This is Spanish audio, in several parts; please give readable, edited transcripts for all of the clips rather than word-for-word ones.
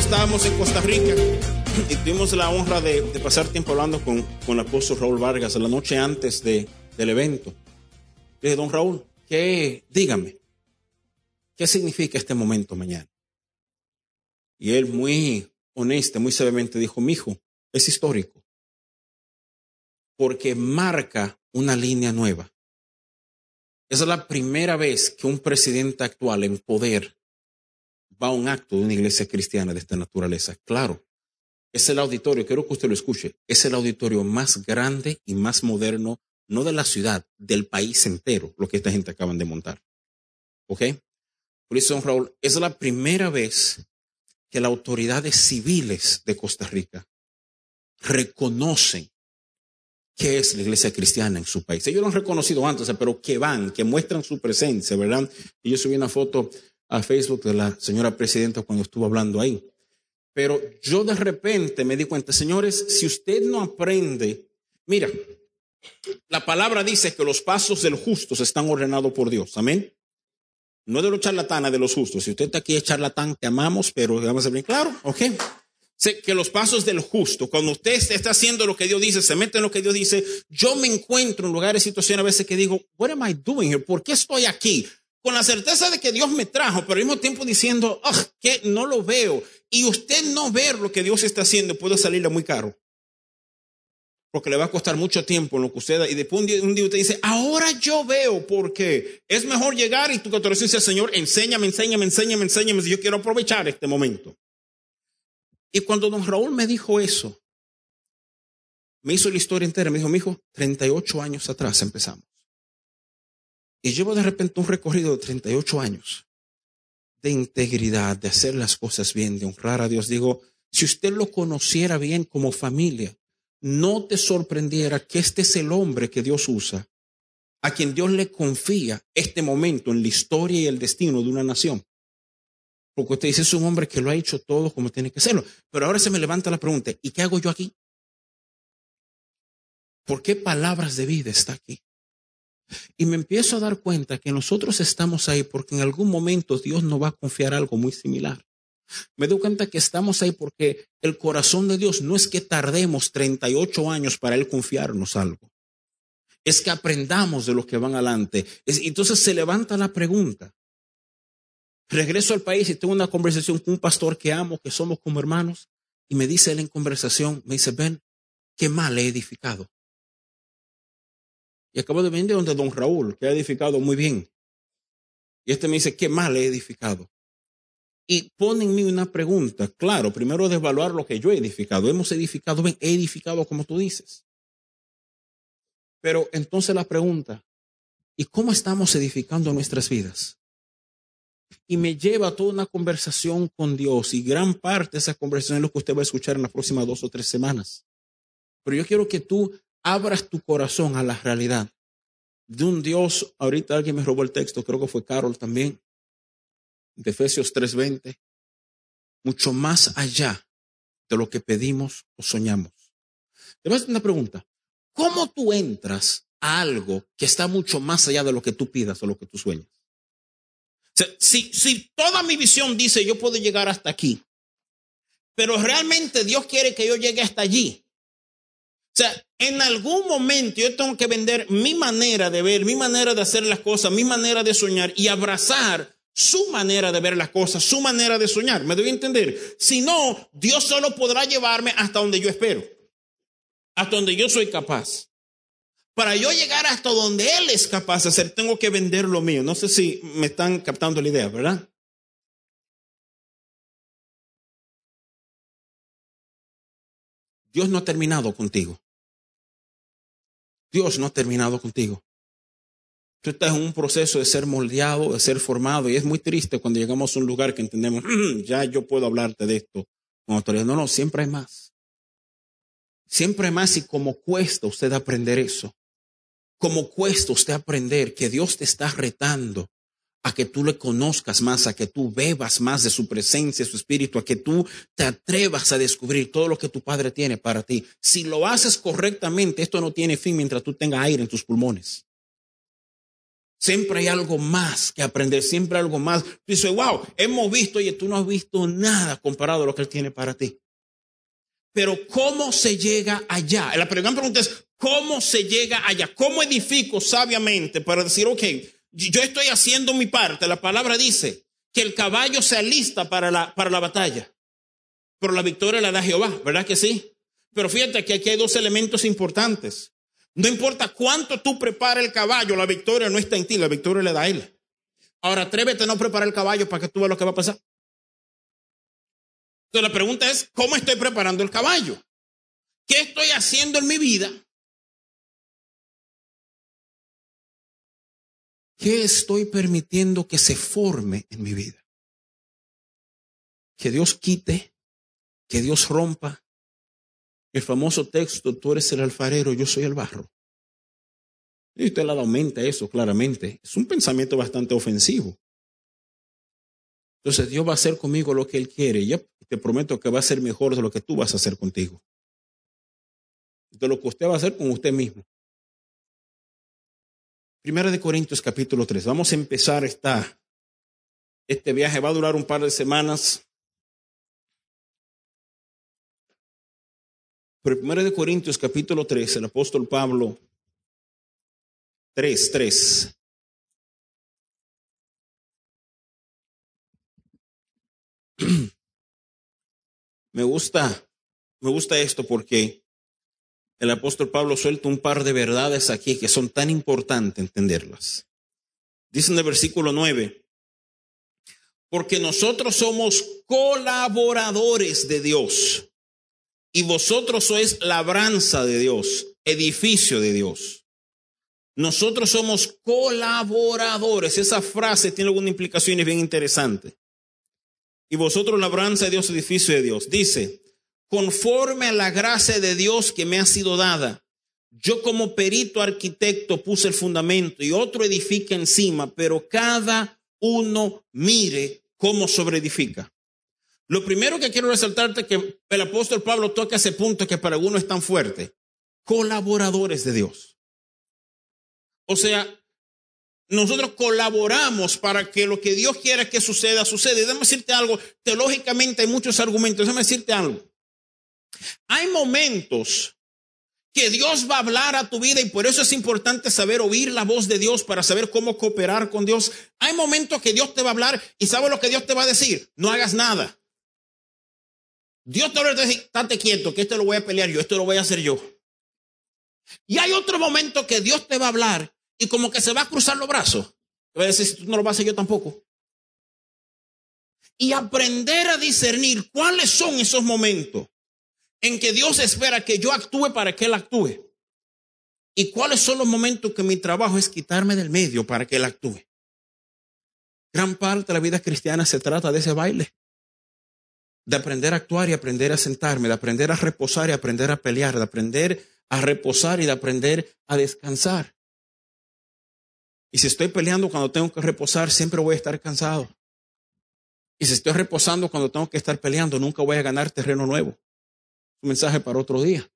estábamos en Costa Rica y tuvimos la honra de pasar tiempo hablando con el apóstol Raúl Vargas la noche antes del evento. Le dije, don Raúl, dígame, ¿qué significa este momento mañana? Y él muy honesto, muy severamente dijo, mijo, es histórico, porque marca una línea nueva. Esa es la primera vez que un presidente actual en poder va a un acto de una iglesia cristiana de esta naturaleza. Claro, es el auditorio, quiero que usted lo escuche, es el auditorio más grande y más moderno, no de la ciudad, del país entero, lo que esta gente acaban de montar. ¿Ok? Por eso, don Raúl, es la primera vez que las autoridades civiles de Costa Rica reconocen qué es la iglesia cristiana en su país. Ellos lo han reconocido antes, pero que muestran su presencia, ¿verdad? Y yo subí una foto a Facebook de la señora presidenta cuando estuvo hablando ahí. Pero yo de repente me di cuenta, señores, si usted no aprende, mira, la palabra dice que los pasos del justo están ordenados por Dios, amén. No de los charlatanes, de los justos. Si usted está aquí es charlatán, te amamos, pero vamos a ver claro, ¿ok? Sé que los pasos del justo, cuando usted está haciendo lo que Dios dice, se mete en lo que Dios dice, yo me encuentro en lugares, situaciones a veces que digo, what am I doing here? ¿Por qué estoy aquí? Con la certeza de que Dios me trajo, pero al mismo tiempo diciendo, que no lo veo. Y usted no ver lo que Dios está haciendo puede salirle muy caro. Porque le va a costar mucho tiempo en lo que usted, y después un día usted dice, ahora yo veo por qué. Es mejor llegar y tu corazón dice, Señor, enséñame. Yo quiero aprovechar este momento. Y cuando don Raúl me dijo eso, me hizo la historia entera. Me dijo, mijo, 38 años atrás empezamos. Y llevo de repente un recorrido de 38 años de integridad, de hacer las cosas bien, de honrar a Dios. Digo, si usted lo conociera bien como familia, no te sorprendiera que este es el hombre que Dios usa, a quien Dios le confía este momento en la historia y el destino de una nación. Porque usted dice, es un hombre que lo ha hecho todo como tiene que hacerlo. Pero ahora se me levanta la pregunta, ¿y qué hago yo aquí? ¿Por qué palabras de vida está aquí? Y me empiezo a dar cuenta que nosotros estamos ahí porque en algún momento Dios nos va a confiar algo muy similar. Me doy cuenta que estamos ahí porque el corazón de Dios no es que tardemos 38 años para Él confiarnos algo. Es que aprendamos de los que van adelante. Entonces se levanta la pregunta. Regreso al país y tengo una conversación con un pastor que amo, que somos como hermanos, y me dice él en conversación, me dice, ven, qué mal he edificado. Y acabo de venir donde don Raúl, que ha edificado muy bien. Y me dice, qué mal he edificado. Y pone en mí una pregunta, claro, primero de evaluar lo que yo he edificado. Hemos edificado bien, he edificado como tú dices. Pero entonces la pregunta, ¿y cómo estamos edificando nuestras vidas? Y me lleva a toda una conversación con Dios, y gran parte de esa conversación es lo que usted va a escuchar en las próximas 2 o 3 semanas. Pero yo quiero que tú abras tu corazón a la realidad de un Dios. Ahorita alguien me robó el texto, creo que fue Carol también, de Efesios 3:20, mucho más allá de lo que pedimos o soñamos. Te voy a hacer una pregunta. ¿Cómo tú entras a algo que está mucho más allá de lo que tú pidas o lo que tú sueñas? O sea, si toda mi visión dice yo puedo llegar hasta aquí, pero realmente Dios quiere que yo llegue hasta allí. O sea, en algún momento yo tengo que vender mi manera de ver, mi manera de hacer las cosas, mi manera de soñar y abrazar su manera de ver las cosas, su manera de soñar. ¿Me doy a entender? Si no, Dios solo podrá llevarme hasta donde yo espero, hasta donde yo soy capaz. Para yo llegar hasta donde Él es capaz de hacer, tengo que vender lo mío. No sé si me están captando la idea, ¿verdad? Dios no ha terminado contigo. Dios no ha terminado contigo. Tú estás en un proceso de ser moldeado, de ser formado, y es muy triste cuando llegamos a un lugar que entendemos, ya yo puedo hablarte de esto con autoridad. No, siempre hay más. Siempre hay más, y como cuesta usted aprender eso. Como cuesta usted aprender que Dios te está retando a que tú le conozcas más, a que tú bebas más de su presencia, su espíritu, a que tú te atrevas a descubrir todo lo que tu Padre tiene para ti. Si lo haces correctamente, esto no tiene fin mientras tú tengas aire en tus pulmones. Siempre hay algo más que aprender, siempre hay algo más. Tú dices, wow, hemos visto, oye, tú no has visto nada comparado a lo que Él tiene para ti. Pero ¿cómo se llega allá? La primera pregunta es, ¿cómo se llega allá? ¿Cómo edifico sabiamente para decir, ok, yo estoy haciendo mi parte? La palabra dice que el caballo se alista para la batalla, pero la victoria la da Jehová, ¿verdad que sí? Pero fíjate que aquí hay dos elementos importantes. No importa cuánto tú prepares el caballo, la victoria no está en ti, la victoria le da a Él. Ahora atrévete a no preparar el caballo para que tú veas lo que va a pasar. Entonces la pregunta es, ¿cómo estoy preparando el caballo? ¿Qué estoy haciendo en mi vida? ¿Qué estoy permitiendo que se forme en mi vida? Que Dios quite, que Dios rompa. El famoso texto, tú eres el alfarero, yo soy el barro. Y usted le aumenta eso claramente. Es un pensamiento bastante ofensivo. Entonces Dios va a hacer conmigo lo que Él quiere. Y yo te prometo que va a ser mejor de lo que tú vas a hacer contigo. De lo que usted va a hacer con usted mismo. Primera de Corintios capítulo 3. Vamos a empezar este viaje. Va a durar un par de semanas. Pero Primera de Corintios capítulo 3, el apóstol Pablo 3. Me gusta esto porque el apóstol Pablo suelta un par de verdades aquí que son tan importantes entenderlas. Dice en el versículo 9, porque nosotros somos colaboradores de Dios y vosotros sois labranza de Dios, edificio de Dios. Nosotros somos colaboradores. Esa frase tiene algunas implicaciones bien interesantes. Y vosotros labranza de Dios, edificio de Dios. Dice, conforme a la gracia de Dios que me ha sido dada, yo como perito arquitecto puse el fundamento y otro edifica encima, pero cada uno mire cómo sobreedifica. Lo primero que quiero resaltarte es que el apóstol Pablo toca ese punto que para algunos es tan fuerte. Colaboradores de Dios. O sea, nosotros colaboramos para que lo que Dios quiera que suceda, suceda. Y déjame decirte algo, teológicamente hay muchos argumentos. Déjame decirte algo. Hay momentos que Dios va a hablar a tu vida y por eso es importante saber oír la voz de Dios para saber cómo cooperar con Dios. Hay momentos que Dios te va a hablar y ¿sabes lo que Dios te va a decir? No hagas nada. Dios te va a decir, estate quieto, que esto lo voy a pelear yo, esto lo voy a hacer yo. Y hay otro momento que Dios te va a hablar y como que se va a cruzar los brazos. Te va a decir, si tú no lo vas a hacer yo tampoco. Y aprender a discernir cuáles son esos momentos en que Dios espera que yo actúe para que Él actúe. Y cuáles son los momentos que mi trabajo es quitarme del medio para que Él actúe. Gran parte de la vida cristiana se trata de ese baile. De aprender a actuar y aprender a sentarme, de aprender a reposar y aprender a pelear, de aprender a reposar y de aprender a descansar. Y si estoy peleando cuando tengo que reposar, siempre voy a estar cansado. Y si estoy reposando cuando tengo que estar peleando, nunca voy a ganar terreno nuevo. Un mensaje para otro día.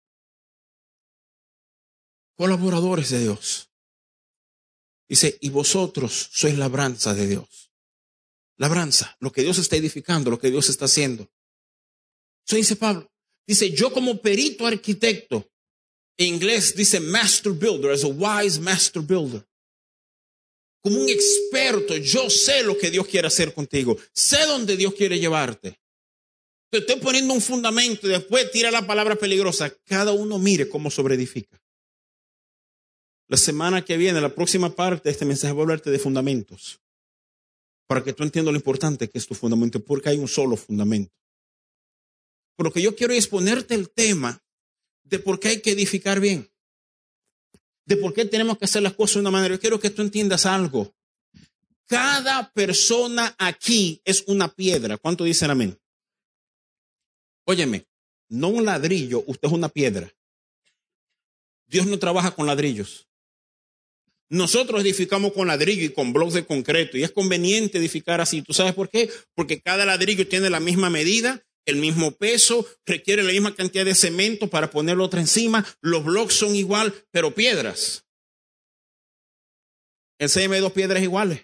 Colaboradores de Dios. Dice, y vosotros sois labranza de Dios. Labranza, lo que Dios está edificando, lo que Dios está haciendo. Eso dice Pablo. Dice, yo como perito arquitecto, en inglés dice master builder, as a wise master builder. Como un experto, yo sé lo que Dios quiere hacer contigo. Sé dónde Dios quiere llevarte. Te estoy poniendo un fundamento y después tira la palabra peligrosa. Cada uno mire cómo sobreedifica. La semana que viene, la próxima parte de este mensaje voy a hablarte de fundamentos. Para que tú entiendas lo importante que es tu fundamento, porque hay un solo fundamento. Por lo que yo quiero es ponerte el tema de por qué hay que edificar bien. De por qué tenemos que hacer las cosas de una manera. Yo quiero que tú entiendas algo. Cada persona aquí es una piedra. ¿Cuánto dicen amén? Óyeme, no un ladrillo, usted es una piedra. Dios no trabaja con ladrillos. Nosotros edificamos con ladrillo y con bloques de concreto y es conveniente edificar así. ¿Tú sabes por qué? Porque cada ladrillo tiene la misma medida, el mismo peso, requiere la misma cantidad de cemento para ponerlo otra encima. Los bloques son igual, pero piedras. Enséñame dos piedras iguales.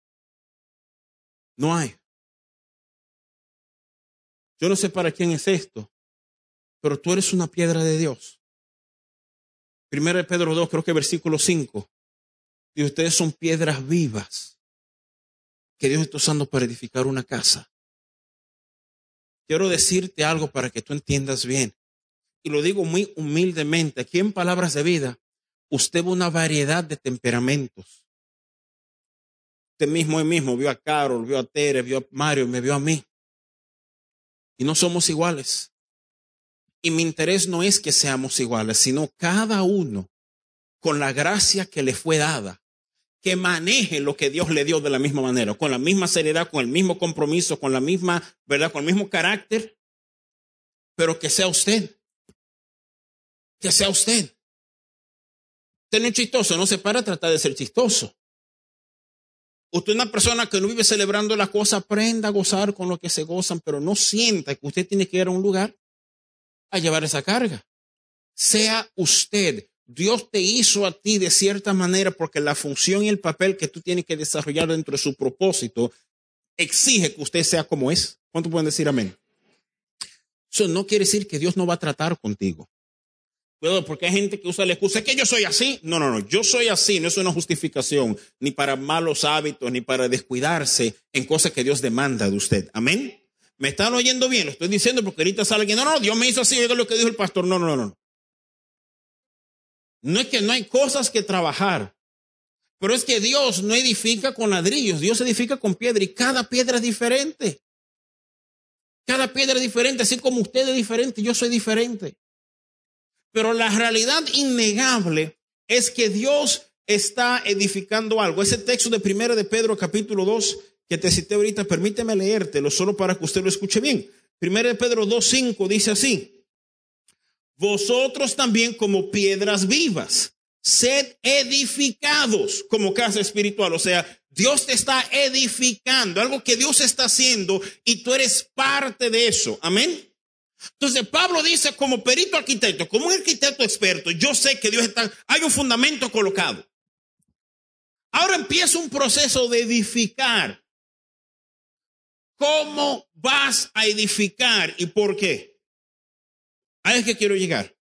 No hay. Yo no sé para quién es esto, pero tú eres una piedra de Dios. 1 Pedro 2, creo que versículo 5. Y ustedes son piedras vivas que Dios está usando para edificar una casa. Quiero decirte algo para que tú entiendas bien. Y lo digo muy humildemente. Aquí en Palabras de Vida, usted ve una variedad de temperamentos. Usted mismo vio a Carol, vio a Tere, vio a Mario, me vio a mí. Y no somos iguales. Y mi interés no es que seamos iguales, sino cada uno con la gracia que le fue dada, que maneje lo que Dios le dio de la misma manera, con la misma seriedad, con el mismo compromiso, con la misma, ¿verdad? Con el mismo carácter, pero que sea usted. Que sea usted. Usted no es chistoso, no se para a tratar de ser chistoso. Usted es una persona que no vive celebrando las cosas, aprenda a gozar con lo que se gozan, pero no sienta que usted tiene que ir a un lugar a llevar esa carga. Sea usted. Dios te hizo a ti de cierta manera porque la función y el papel que tú tienes que desarrollar dentro de su propósito exige que usted sea como es. ¿Cuántos pueden decir amén? Eso no quiere decir que Dios no va a tratar contigo. Porque hay gente que usa la excusa que yo soy así. No, yo soy así, no es una justificación ni para malos hábitos, ni para descuidarse en cosas que Dios demanda de usted. Amén. ¿Me están oyendo bien? Lo estoy diciendo porque ahorita sale alguien, no, Dios me hizo así, oiga lo que dijo el pastor. No. No es que no hay cosas que trabajar, pero es que Dios no edifica con ladrillos, Dios edifica con piedra y cada piedra es diferente. Cada piedra es diferente, así como usted es diferente, yo soy diferente. Pero la realidad innegable es que Dios está edificando algo. Ese texto de 1 de Pedro capítulo 2 que te cité ahorita, permíteme leértelo solo para que usted lo escuche bien. 1 de Pedro 2:5 dice así: vosotros también como piedras vivas, sed edificados como casa espiritual. O sea, Dios te está edificando, algo que Dios está haciendo y tú eres parte de eso. Amén. Entonces Pablo dice, como perito arquitecto, como un arquitecto experto, yo sé que Dios está, hay un fundamento colocado. Ahora empieza un proceso de edificar. ¿Cómo vas a edificar y por qué? Ahí es que quiero llegar.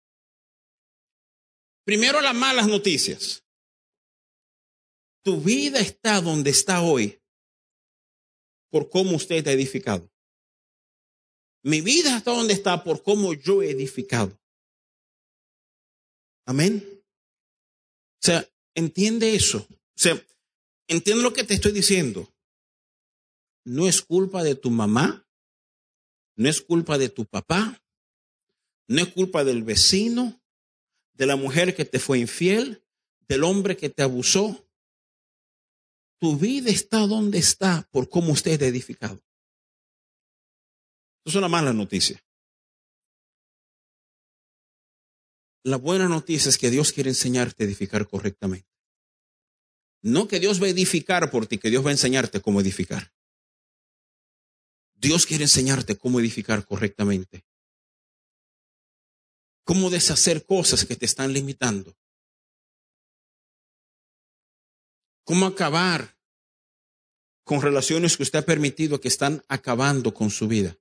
Primero, las malas noticias. Tu vida está donde está hoy por cómo usted está edificado. Mi vida está donde está por cómo yo he edificado. Amén. O sea, entiende eso. O sea, entiende lo que te estoy diciendo. No es culpa de tu mamá, no es culpa de tu papá, no es culpa del vecino, de la mujer que te fue infiel, del hombre que te abusó. Tu vida está donde está por cómo usted ha edificado. Eso es una mala noticia. La buena noticia es que Dios quiere enseñarte a edificar correctamente. No que Dios va a edificar por ti, que Dios va a enseñarte cómo edificar. Dios quiere enseñarte cómo edificar correctamente. Cómo deshacer cosas que te están limitando. Cómo acabar con relaciones que usted ha permitido que están acabando con su vida.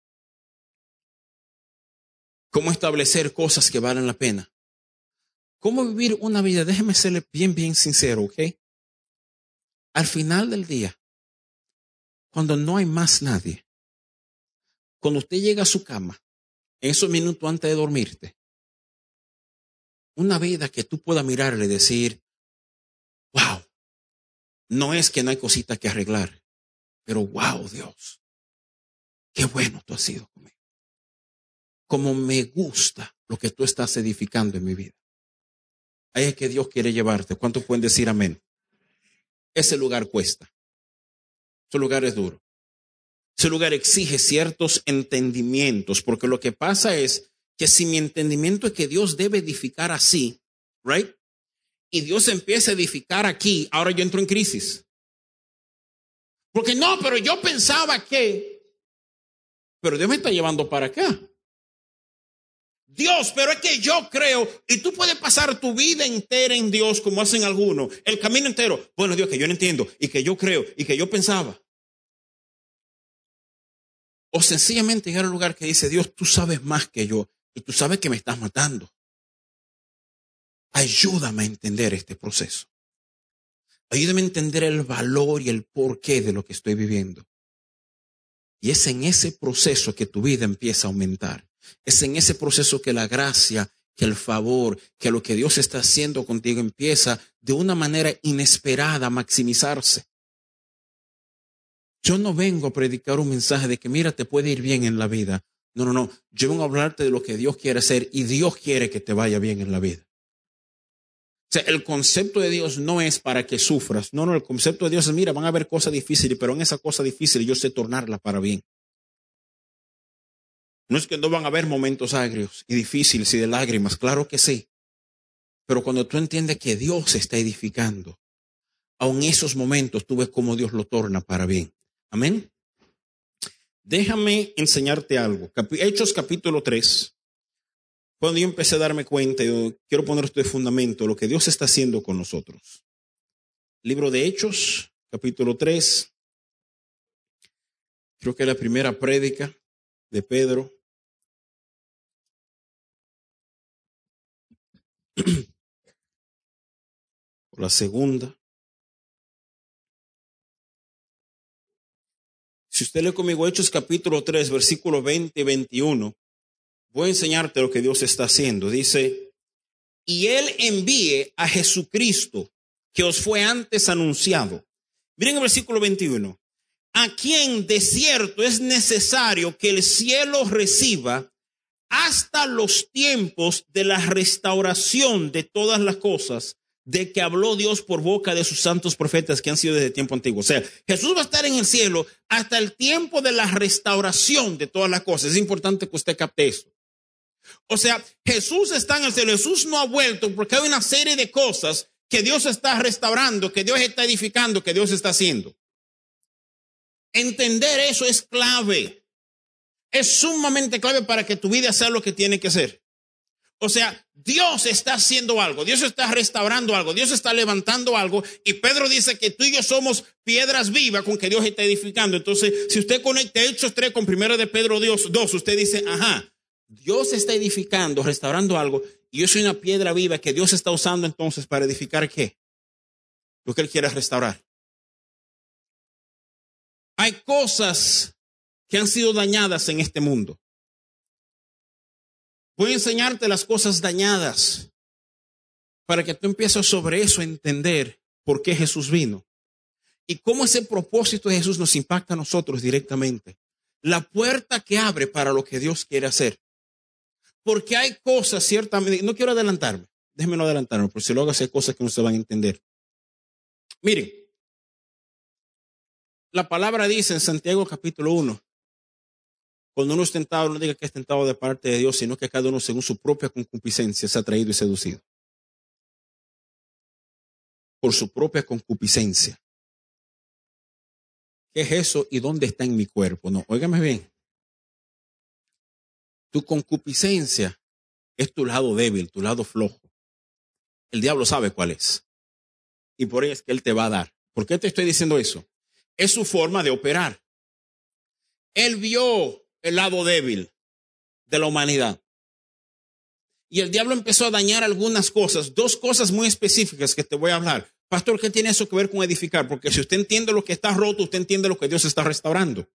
Cómo establecer cosas que valen la pena. Cómo vivir una vida, déjeme serle bien sincero, ¿ok? Al final del día, cuando no hay más nadie, cuando usted llega a su cama, en esos minutos antes de dormirte, una vida que tú puedas mirarle y decir, wow, no es que no hay cositas que arreglar, pero wow, Dios, qué bueno tú has sido conmigo. Como me gusta lo que tú estás edificando en mi vida. Ahí es que Dios quiere llevarte. ¿Cuántos pueden decir amén? Ese lugar cuesta. Ese lugar es duro. Ese lugar exige ciertos entendimientos, porque lo que pasa es que si mi entendimiento es que Dios debe edificar así, right? Y Dios empieza a edificar aquí, ahora yo entro en crisis. Porque no, pero yo pensaba que, pero Dios me está llevando para acá. Dios, pero es que yo creo, y tú puedes pasar tu vida entera en Dios como hacen algunos, el camino entero. Bueno, Dios, que yo no entiendo, y que yo creo, y que yo pensaba. O sencillamente llegar al lugar que dice, Dios, tú sabes más que yo, y tú sabes que me estás matando. Ayúdame a entender este proceso. Ayúdame a entender el valor y el porqué de lo que estoy viviendo. Y es en ese proceso que tu vida empieza a aumentar. Es en ese proceso que la gracia, que el favor, que lo que Dios está haciendo contigo empieza de una manera inesperada a maximizarse. Yo no vengo a predicar un mensaje de que mira, te puede ir bien en la vida. No. Yo vengo a hablarte de lo que Dios quiere hacer y Dios quiere que te vaya bien en la vida. O sea, el concepto de Dios no es para que sufras. No, el concepto de Dios es, mira, van a haber cosas difíciles, pero en esa cosa difícil yo sé tornarla para bien. No es que no van a haber momentos agrios y difíciles y de lágrimas, claro que sí. Pero cuando tú entiendes que Dios se está edificando, aun esos momentos tú ves cómo Dios lo torna para bien. Amén. Déjame enseñarte algo. Hechos capítulo 3. Cuando yo empecé a darme cuenta, yo quiero poner esto de fundamento, lo que Dios está haciendo con nosotros. Libro de Hechos, capítulo 3. Creo que es la primera prédica de Pedro. O la segunda. Si usted lee conmigo Hechos capítulo 3, versículo 20 y 21, voy a enseñarte lo que Dios está haciendo. Dice, y Él envíe a Jesucristo, que os fue antes anunciado. Miren el versículo 21. A quien de cierto es necesario que el cielo reciba hasta los tiempos de la restauración de todas las cosas de que habló Dios por boca de sus santos profetas que han sido desde tiempo antiguo. O sea, Jesús va a estar en el cielo hasta el tiempo de la restauración de todas las cosas. Es importante que usted capte eso. O sea, Jesús está en el cielo. Jesús no ha vuelto porque hay una serie de cosas que Dios está restaurando, que Dios está edificando, que Dios está haciendo. Entender eso es clave. Es sumamente clave para que tu vida sea lo que tiene que ser. O sea, Dios está haciendo algo, Dios está restaurando algo, Dios está levantando algo, y Pedro dice que tú y yo somos piedras vivas con que Dios está edificando. Entonces, si usted conecta Hechos 3 con 1 de Pedro 2, usted dice, ajá, Dios está edificando, restaurando algo, y yo soy una piedra viva que Dios está usando entonces para edificar ¿qué? Lo que Él quiere restaurar. Hay cosas que han sido dañadas en este mundo. Voy a enseñarte las cosas dañadas para que tú empieces sobre eso a entender por qué Jesús vino y cómo ese propósito de Jesús nos impacta a nosotros directamente. La puerta que abre para lo que Dios quiere hacer. Porque hay cosas ciertamente, no quiero adelantarme, déjenme no adelantarme, porque si luego hay cosas que no se van a entender. Miren, la palabra dice en Santiago capítulo 1, cuando uno es tentado, no diga que es tentado de parte de Dios, sino que cada uno según su propia concupiscencia es atraído y seducido. Por su propia concupiscencia. ¿Qué es eso y dónde está en mi cuerpo? No, óigame bien. Tu concupiscencia es tu lado débil, tu lado flojo. El diablo sabe cuál es. Y por eso es que él te va a dar. ¿Por qué te estoy diciendo eso? Es su forma de operar. Él vio el lado débil de la humanidad. Y el diablo empezó a dañar algunas cosas, dos cosas muy específicas que te voy a hablar. Pastor, ¿qué tiene eso que ver con edificar? Porque si usted entiende lo que está roto, usted entiende lo que Dios está restaurando.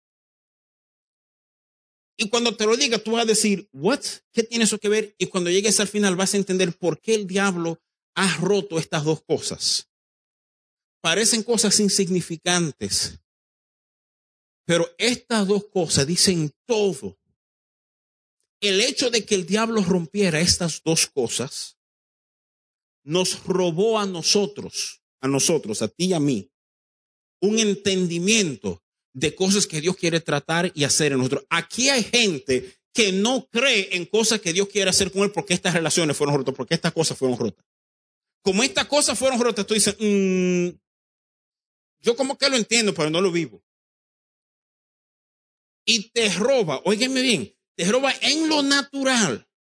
Y cuando te lo diga, tú vas a decir, ¿what? ¿Qué tiene eso que ver? Y cuando llegues al final vas a entender por qué el diablo ha roto estas dos cosas. Parecen cosas insignificantes, pero estas dos cosas dicen todo. El hecho de que el diablo rompiera estas dos cosas nos robó a nosotros, a ti y a mí, un entendimiento de cosas que Dios quiere tratar y hacer en nosotros. Aquí hay gente que no cree en cosas que Dios quiere hacer con él porque estas relaciones fueron rotas, porque estas cosas fueron rotas. Como estas cosas fueron rotas, tú dices, yo como que lo entiendo, pero no lo vivo. Y te roba, óigame bien, te roba en lo natural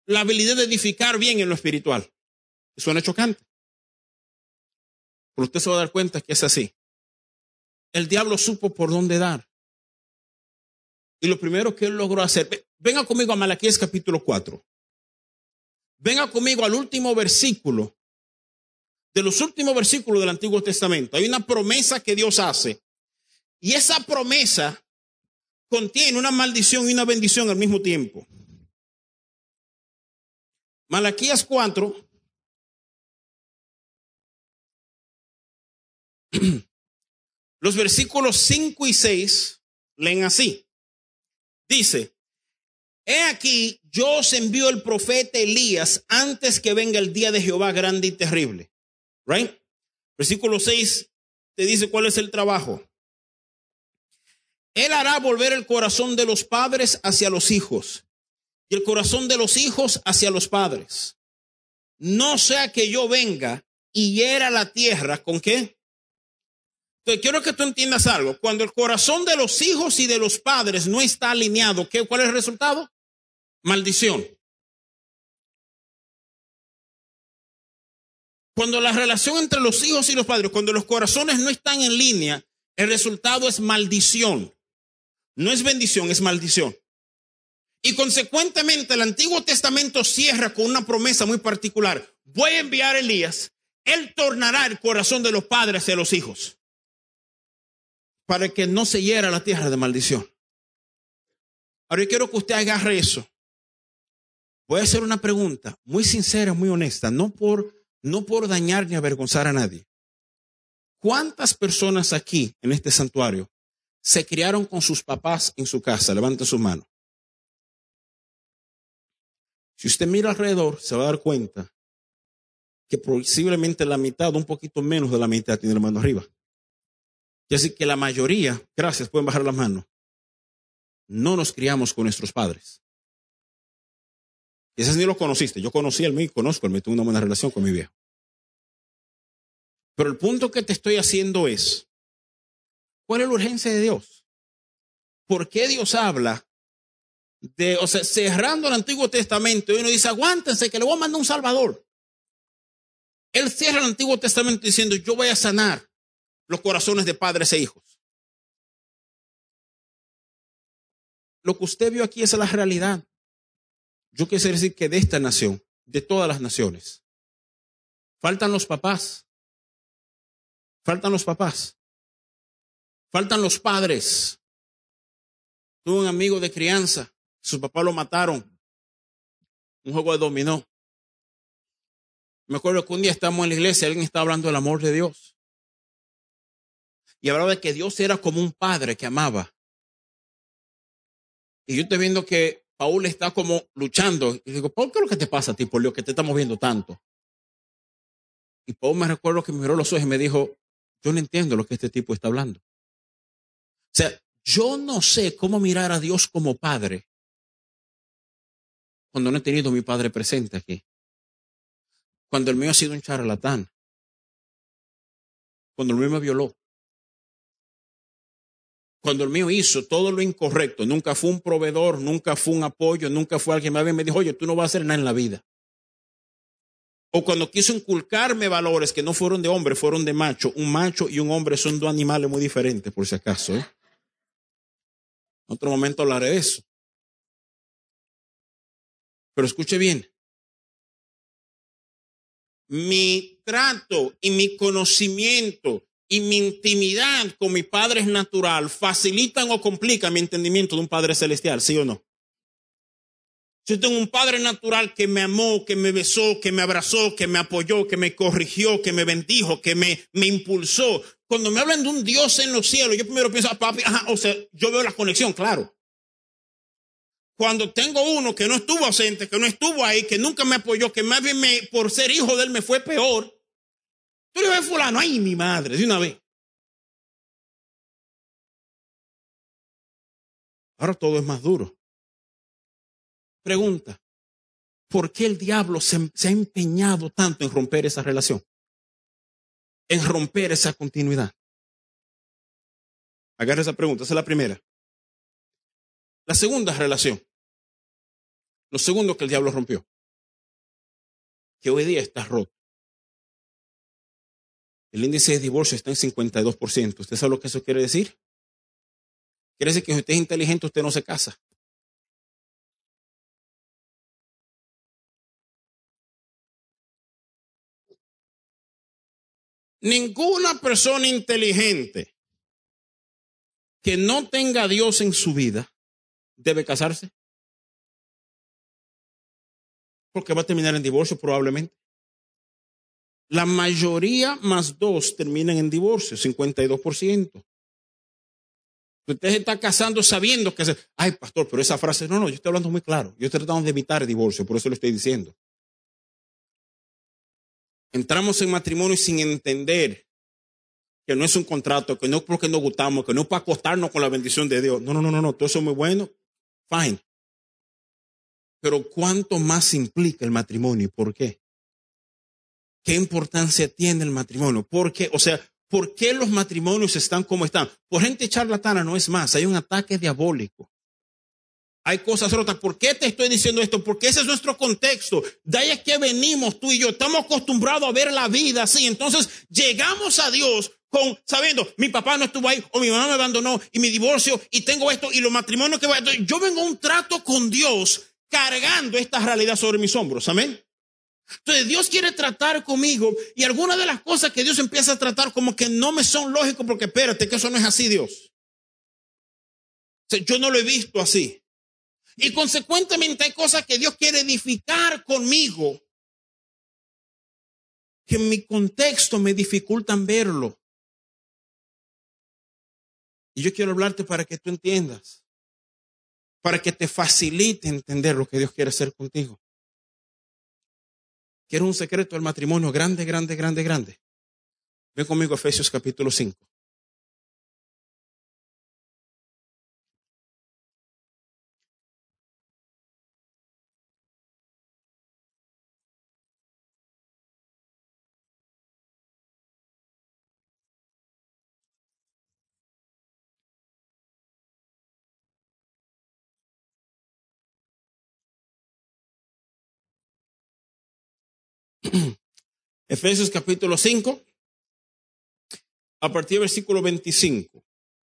la habilidad de edificar bien en lo espiritual. Suena chocante. Pero usted se va a dar cuenta que es así. El diablo supo por dónde dar. Y lo primero que él logró hacer, venga conmigo a Malaquías capítulo 4. Venga conmigo al último versículo, de los últimos versículos del Antiguo Testamento. Hay una promesa que Dios hace. Y esa promesa contiene una maldición y una bendición al mismo tiempo. Malaquías 4. Los versículos 5 y 6 leen así. Dice, he aquí, yo os envío el profeta Elías antes que venga el día de Jehová grande y terrible. Right? Versículo 6 te dice cuál es el trabajo. Él hará volver el corazón de los padres hacia los hijos y el corazón de los hijos hacia los padres. No sea que yo venga y hiera la tierra, ¿con qué? Entonces quiero que tú entiendas algo. Cuando el corazón de los hijos y de los padres no está alineado, ¿cuál es el resultado? Maldición. Cuando la relación entre los hijos y los padres, cuando los corazones no están en línea, el resultado es maldición. No es bendición, es maldición. Y consecuentemente el Antiguo Testamento cierra con una promesa muy particular. Voy a enviar a Elías, él tornará el corazón de los padres hacia los hijos, para que no se hiera la tierra de maldición. Ahora yo quiero que usted agarre eso. Voy a hacer una pregunta muy sincera, muy honesta, no por dañar ni avergonzar a nadie. ¿Cuántas personas aquí en este santuario se criaron con sus papás en su casa? Levante su mano. Si usted mira alrededor, se va a dar cuenta que posiblemente la mitad, un poquito menos de la mitad, tiene la mano arriba. Y así que la mayoría, gracias, pueden bajar las manos, no nos criamos con nuestros padres. Quizás ni los conociste. Yo conocí al mío y conozco al mío, tengo una buena relación con mi viejo. Pero el punto que te estoy haciendo es, ¿cuál es la urgencia de Dios? ¿Por qué Dios habla cerrando el Antiguo Testamento y uno dice, aguántense que le voy a mandar un Salvador? Él cierra el Antiguo Testamento diciendo, yo voy a sanar los corazones de padres e hijos. Lo que usted vio aquí es la realidad. Yo quisiera decir que de esta nación, de todas las naciones, faltan los papás. Faltan los papás. Faltan los padres. Tuve un amigo de crianza, su papá lo mataron. Un juego de dominó. Me acuerdo que un día estábamos en la iglesia, alguien estaba hablando del amor de Dios. Y hablaba de que Dios era como un padre que amaba. Y yo estoy viendo que Paul está como luchando. Y digo, Paul, ¿qué es lo que te pasa a ti, por lo que te estamos viendo tanto? Y Paul me recuerdo que me miró los ojos y me dijo, yo no entiendo lo que este tipo está hablando. O sea, yo no sé cómo mirar a Dios como padre cuando no he tenido a mi padre presente aquí. Cuando el mío ha sido un charlatán. Cuando el mío me violó. Cuando el mío hizo todo lo incorrecto. Nunca fue un proveedor, nunca fue un apoyo, nunca fue alguien que me dijo, oye, tú no vas a hacer nada en la vida. O cuando quiso inculcarme valores que no fueron de hombre, fueron de macho. Un macho y un hombre son dos animales muy diferentes, por si acaso. En otro momento hablaré de eso. Pero escuche bien. Mi trato y mi conocimiento y mi intimidad con mi Padre natural facilitan o complican mi entendimiento de un Padre celestial, ¿sí o no? Yo tengo un Padre natural que me amó, que me besó, que me abrazó, que me apoyó, que me corrigió, que me bendijo, que me impulsó. Cuando me hablan de un Dios en los cielos, yo primero pienso, papi, yo veo la conexión, claro. Cuando tengo uno que no estuvo ausente, que no estuvo ahí, que nunca me apoyó, que más bien por ser hijo de él me fue peor. Tú le ves fulano, ay, mi madre, de una vez. Ahora todo es más duro. Pregunta, ¿por qué el diablo se ha empeñado tanto en romper esa relación? En romper esa continuidad. Agarra esa pregunta, esa es la primera. La segunda relación. Lo segundo que el diablo rompió. que hoy día está roto. El índice de divorcio está en 52%. ¿Usted sabe lo que eso quiere decir? Quiere decir que si usted es inteligente, usted no se casa. Ninguna persona inteligente que no tenga a Dios en su vida debe casarse. Porque va a terminar en divorcio probablemente. La mayoría más 2 terminan en divorcio, 52%. Usted se está casando sabiendo que ay, pastor, pero esa frase, no, yo estoy hablando muy claro. Yo estoy tratando de evitar el divorcio, por eso lo estoy diciendo. Entramos en matrimonio sin entender que no es un contrato, que no es porque nos gustamos, que no es para acostarnos con la bendición de Dios. No, todo eso es muy bueno, fine. Pero ¿cuánto más implica el matrimonio y por qué? ¿Qué importancia tiene el matrimonio? ¿Por qué? O sea, ¿por qué los matrimonios están como están? Por gente charlatana no es más, hay un ataque diabólico. Hay cosas rotas. ¿Por qué te estoy diciendo esto? Porque ese es nuestro contexto. De ahí es que venimos tú y yo. Estamos acostumbrados a ver la vida así. Entonces llegamos a Dios sabiendo, mi papá no estuvo ahí o mi mamá me abandonó y mi divorcio y tengo esto y los matrimonios que voy a... Yo vengo a un trato con Dios cargando esta realidad sobre mis hombros. Amén. Entonces Dios quiere tratar conmigo y algunas de las cosas que Dios empieza a tratar como que no me son lógicas porque espérate que eso no es así, Dios. O sea, yo no lo he visto así. Y consecuentemente hay cosas que Dios quiere edificar conmigo que en mi contexto me dificultan verlo. Y yo quiero hablarte para que tú entiendas, para que te facilite entender lo que Dios quiere hacer contigo. Quiero un secreto del matrimonio grande. Ven conmigo a Efesios capítulo 5. Efesios capítulo 5, a partir del versículo 25.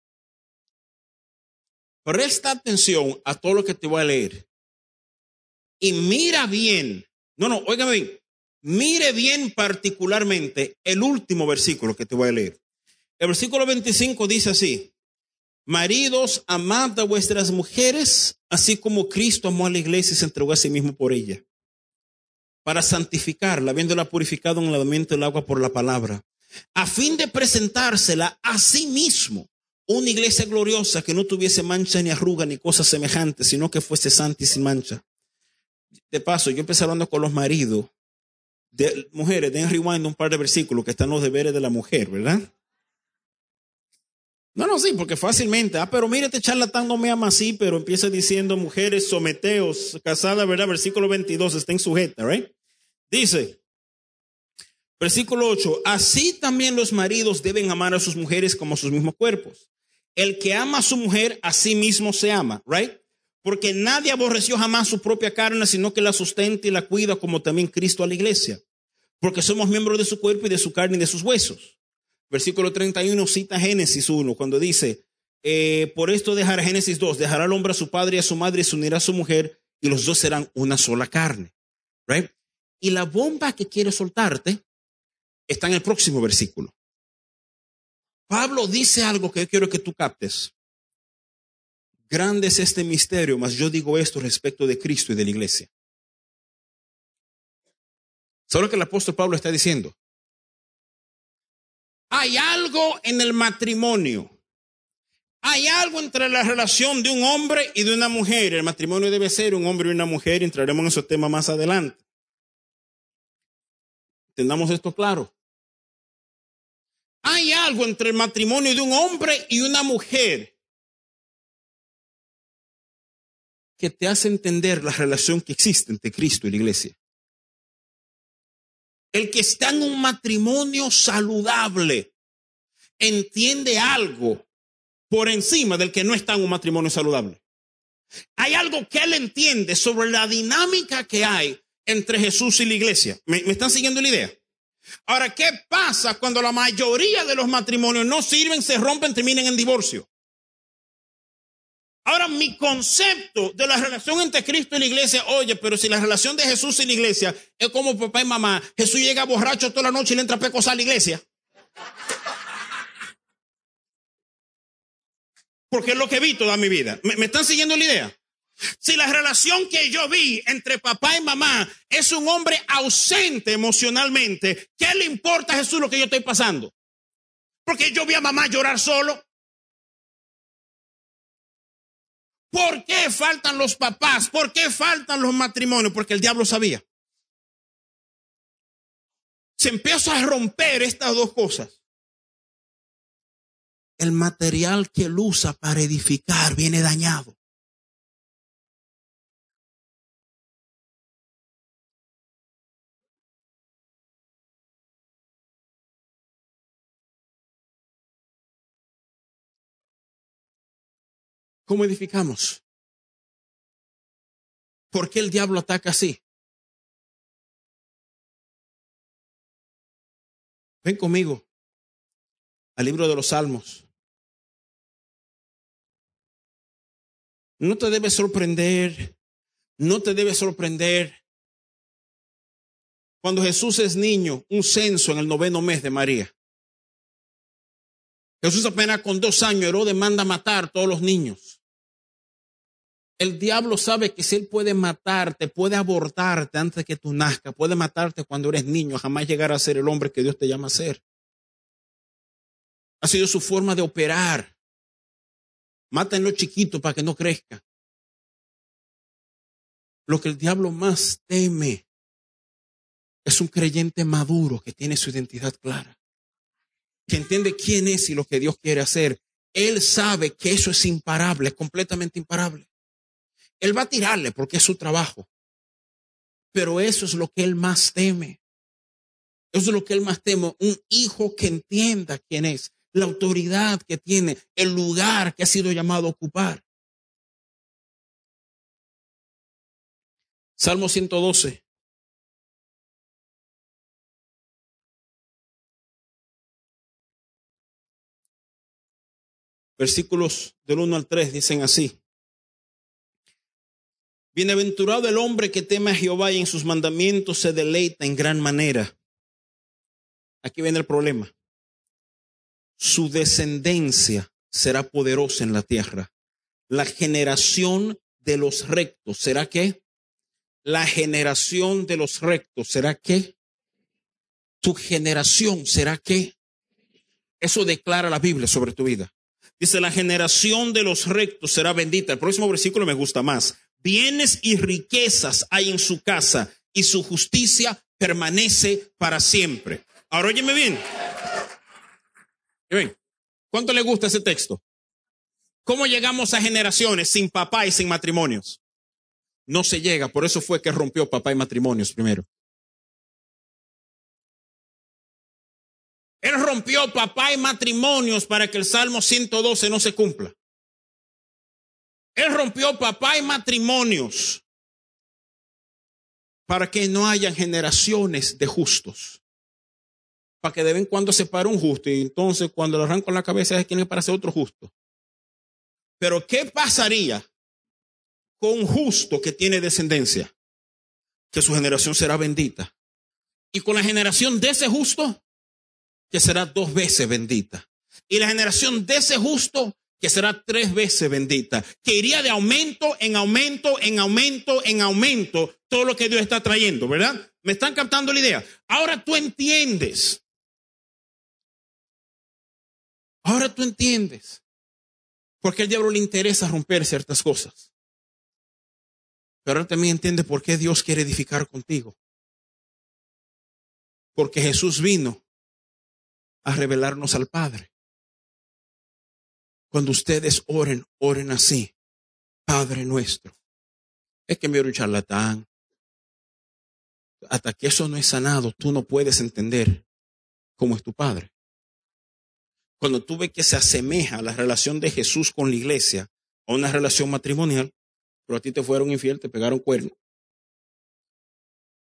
Presta atención a todo lo que te voy a leer. Y mira bien. Óigame bien. Mire bien particularmente el último versículo que te voy a leer. El versículo 25 dice así: maridos, amad a vuestras mujeres, así como Cristo amó a la iglesia y se entregó a sí mismo por ella, para santificarla, habiéndola purificado en el lavamiento del agua por la palabra, a fin de presentársela a sí mismo, una iglesia gloriosa que no tuviese mancha ni arruga ni cosas semejantes, sino que fuese santa y sin mancha. De paso, yo empecé hablando con los maridos. De mujeres, den rewind un par de versículos que están los deberes de la mujer, ¿verdad? Sí, porque fácilmente, pero mire, este charlatán no me ama así, pero empieza diciendo, mujeres, someteos, casadas, ¿verdad? Versículo 22, estén sujetas, ¿right? Dice, versículo 8, así también los maridos deben amar a sus mujeres como a sus mismos cuerpos. El que ama a su mujer, a sí mismo se ama, ¿right? Porque nadie aborreció jamás su propia carne, sino que la sustenta y la cuida, como también Cristo a la iglesia. Porque somos miembros de su cuerpo y de su carne y de sus huesos. Versículo 31 cita Génesis 1, cuando dice, por esto dejará, Génesis 2, dejará al hombre a su padre y a su madre y se unirá a su mujer y los dos serán una sola carne. ¿Right? Y la bomba que quiere soltarte está en el próximo versículo. Pablo dice algo que yo quiero que tú captes. Grande es este misterio, mas yo digo esto respecto de Cristo y de la iglesia. ¿Sabes lo que el apóstol Pablo está diciendo? Hay algo en el matrimonio. Hay algo entre la relación de un hombre y de una mujer. El matrimonio debe ser un hombre y una mujer. Entraremos en esos temas más adelante. Entendamos esto claro. Hay algo entre el matrimonio de un hombre y una mujer que te hace entender la relación que existe entre Cristo y la iglesia. El que está en un matrimonio saludable entiende algo por encima del que no está en un matrimonio saludable. Hay algo que él entiende sobre la dinámica que hay entre Jesús y la iglesia. ¿Me están siguiendo la idea? Ahora, ¿qué pasa cuando la mayoría de los matrimonios no sirven, se rompen, terminan en divorcio? Ahora, mi concepto de la relación entre Cristo y la iglesia, oye, pero si la relación de Jesús y la iglesia es como papá y mamá, Jesús llega borracho toda la noche y le entra pecosa a la iglesia. Porque es lo que he visto toda mi vida. ¿Me están siguiendo la idea? Si la relación que yo vi entre papá y mamá es un hombre ausente emocionalmente, ¿qué le importa a Jesús lo que yo estoy pasando? Porque yo vi a mamá llorar solo. ¿Por qué faltan los papás? ¿Por qué faltan los matrimonios? Porque el diablo sabía. Se empieza a romper estas dos cosas. El material que él usa para edificar viene dañado. ¿Cómo edificamos? ¿Por qué el diablo ataca así? Ven conmigo al libro de los Salmos. No te debe sorprender cuando Jesús es niño, un censo en el 9º mes de María. Jesús apenas con 2 años, Herodes manda matar a todos los niños. El diablo sabe que si él puede matarte, puede abortarte antes de que tú nazcas, puede matarte cuando eres niño, jamás llegar a ser el hombre que Dios te llama a ser. Ha sido su forma de operar. Mátenlo chiquito para que no crezca. Lo que el diablo más teme es un creyente maduro que tiene su identidad clara, que entiende quién es y lo que Dios quiere hacer. Él sabe que eso es imparable, es completamente imparable. Él va a tirarle porque es su trabajo. Pero eso es lo que él más teme. Eso es lo que él más teme. Un hijo que entienda quién es, la autoridad que tiene, el lugar que ha sido llamado a ocupar. Salmo 112. Versículos del 1 al 3 dicen así. Bienaventurado el hombre que teme a Jehová y en sus mandamientos se deleita en gran manera. Aquí viene el problema. Su descendencia será poderosa en la tierra. La generación de los rectos, ¿será qué? La generación de los rectos, ¿será qué? Tu generación, ¿será qué? Eso declara la Biblia sobre tu vida. Dice, la generación de los rectos será bendita. El próximo versículo me gusta más. Bienes y riquezas hay en su casa y su justicia permanece para siempre. Ahora óyeme bien. ¿Cuánto le gusta ese texto? ¿Cómo llegamos a generaciones sin papá y sin matrimonios? No se llega, por eso fue que rompió papá y matrimonios primero. Él rompió papá y matrimonios para que el Salmo 112 no se cumpla. Él rompió papá y matrimonios para que no hayan generaciones de justos. Para que de vez en cuando se pare un justo y entonces cuando le arrancan la cabeza es quien le parece otro justo. Pero ¿qué pasaría con un justo que tiene descendencia? Que su generación será bendita. Y con la generación de ese justo, que será 2 veces bendita. Y la generación de ese justo, que será 3 veces bendita. Que iría de aumento en aumento, en aumento, en aumento, todo lo que Dios está trayendo, ¿verdad? ¿Me están captando la idea? Ahora tú entiendes. Porque al diablo le interesa romper ciertas cosas. Pero ahora también entiende por qué Dios quiere edificar contigo. Porque Jesús vino a revelarnos al Padre. Cuando ustedes oren así. Padre nuestro. Es que me era un charlatán. Hasta que eso no es sanado, tú no puedes entender cómo es tu Padre. Cuando tú ves que se asemeja la relación de Jesús con la iglesia a una relación matrimonial, pero a ti te fueron infiel, te pegaron cuernos.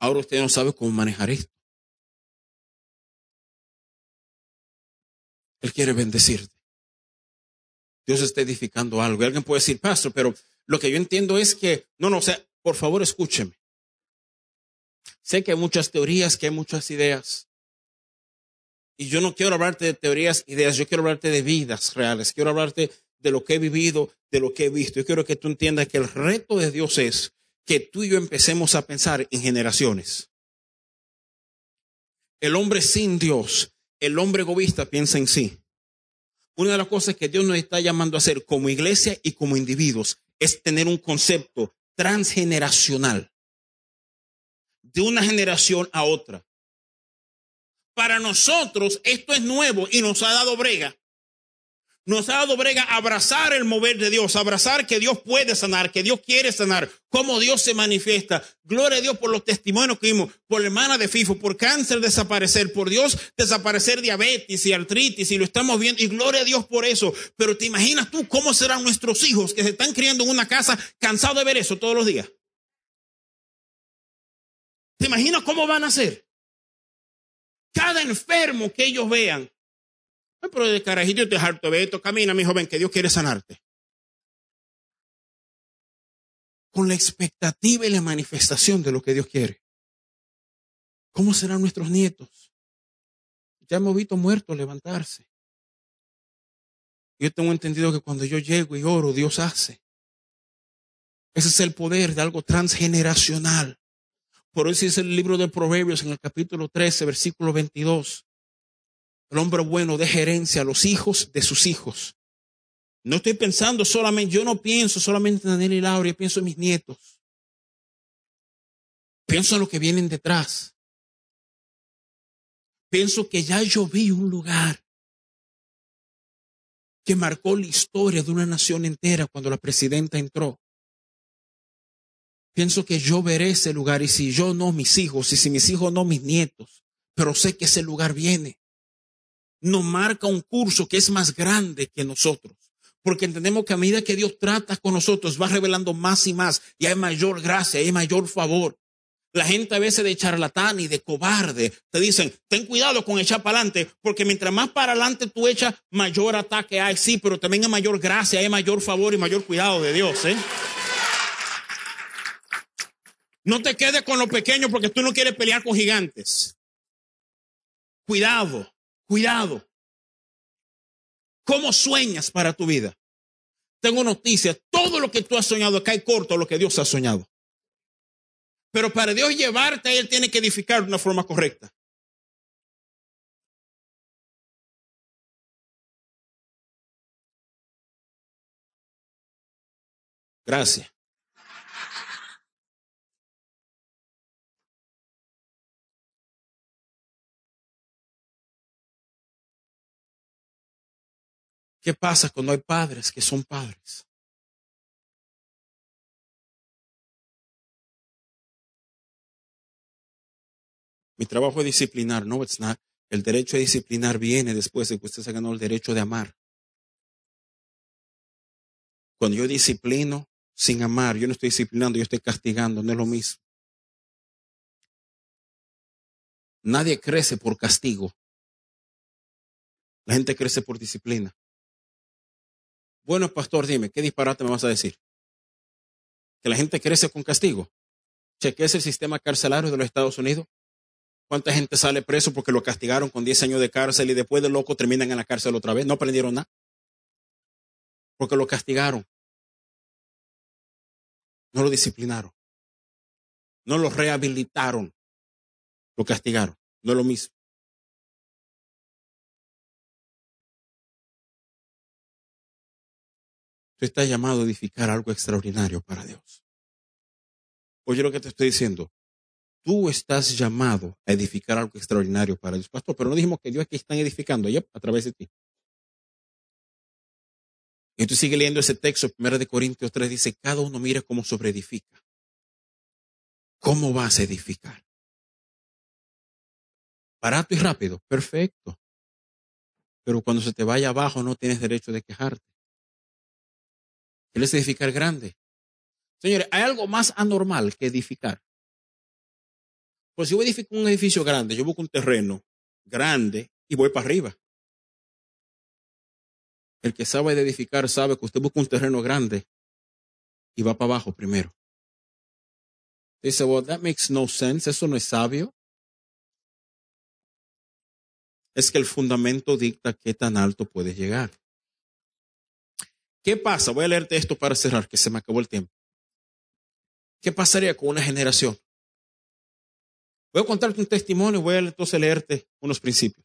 Ahora usted no sabe cómo manejar esto. Él quiere bendecirte. Dios está edificando algo. Y alguien puede decir, pastor, pero lo que yo entiendo es que, o sea, por favor escúcheme. Sé que hay muchas teorías, que hay muchas ideas. Y yo no quiero hablarte de teorías, ideas, yo quiero hablarte de vidas reales. Quiero hablarte de lo que he vivido, de lo que he visto. Yo quiero que tú entiendas que el reto de Dios es que tú y yo empecemos a pensar en generaciones. El hombre sin Dios, el hombre egoísta piensa en sí. Una de las cosas que Dios nos está llamando a hacer como iglesia y como individuos es tener un concepto transgeneracional. De una generación a otra. Para nosotros esto es nuevo y nos ha dado brega. Nos ha dado brega abrazar el mover de Dios, abrazar que Dios puede sanar, que Dios quiere sanar, cómo Dios se manifiesta. Gloria a Dios por los testimonios que vimos, por la hermana de FIFO, por cáncer desaparecer, por Dios desaparecer diabetes y artritis, y lo estamos viendo, y gloria a Dios por eso. Pero ¿te imaginas tú cómo serán nuestros hijos que se están criando en una casa cansados de ver eso todos los días? ¿Te imaginas cómo van a ser? Cada enfermo que ellos vean. Pero de carajito te harto de esto. Camina, mi joven, que Dios quiere sanarte. Con la expectativa y la manifestación de lo que Dios quiere. ¿Cómo serán nuestros nietos? Ya hemos visto muertos levantarse. Yo tengo entendido que cuando yo llego y oro, Dios hace. Ese es el poder de algo transgeneracional. Por eso dice el libro de Proverbios en el capítulo 13, versículo 22. El hombre bueno deja herencia a los hijos de sus hijos. No estoy pensando solamente, yo no pienso solamente en Daniel y Laura, yo pienso en mis nietos. Pienso en lo que vienen detrás. Pienso que ya yo vi un lugar que marcó la historia de una nación entera cuando la presidenta entró. Pienso que yo veré ese lugar y si yo no, mis hijos, y si mis hijos no, mis nietos. Pero sé que ese lugar viene. Nos marca un curso que es más grande que nosotros. Porque entendemos que a medida que Dios trata con nosotros, va revelando más y más. Y hay mayor gracia, hay mayor favor. La gente a veces de charlatán y de cobarde te dicen, ten cuidado con echar para adelante, porque mientras más para adelante tú echas, mayor ataque hay. Sí, pero también hay mayor gracia, hay mayor favor y mayor cuidado de Dios. No te quedes con lo pequeño porque tú no quieres pelear con gigantes. Cuidado. Cuidado. ¿Cómo sueñas para tu vida? Tengo noticias. Todo lo que tú has soñado cae corto a lo que Dios ha soñado. Pero para Dios llevarte, Él tiene que edificar de una forma correcta. Gracias. ¿Qué pasa cuando hay padres que son padres? Mi trabajo es disciplinar, no, it's not. El derecho a disciplinar viene después de que usted se ganó el derecho de amar. Cuando yo disciplino sin amar, yo no estoy disciplinando, yo estoy castigando, no es lo mismo. Nadie crece por castigo. La gente crece por disciplina. Bueno, pastor, dime, ¿qué disparate me vas a decir? ¿Que la gente crece con castigo? ¿Chequees el sistema carcelario de los Estados Unidos? ¿Cuánta gente sale preso porque lo castigaron con 10 años de cárcel y después de loco terminan en la cárcel otra vez? No aprendieron nada. Porque lo castigaron. No lo disciplinaron. No lo rehabilitaron. Lo castigaron. No es lo mismo. Tú estás llamado a edificar algo extraordinario para Dios. Oye lo que te estoy diciendo. Tú estás llamado a edificar algo extraordinario para Dios. Pastor, pero no dijimos que Dios es que están edificando a través de ti. Y tú sigues leyendo ese texto, 1 Corintios 3, dice, cada uno mire cómo sobreedifica. ¿Cómo vas a edificar? Barato y rápido, perfecto. Pero cuando se te vaya abajo no tienes derecho de quejarte. ¿Quieres edificar grande? Señores, hay algo más anormal que edificar. Pues si yo edifico un edificio grande, yo busco un terreno grande y voy para arriba. El que sabe de edificar sabe que usted busca un terreno grande y va para abajo primero. Dice, well, that makes no sense. Eso no es sabio. Es que el fundamento dicta qué tan alto puedes llegar. ¿Qué pasa? Voy a leerte esto para cerrar, que se me acabó el tiempo. ¿Qué pasaría con una generación? Voy a contarte un testimonio y voy a entonces leerte unos principios.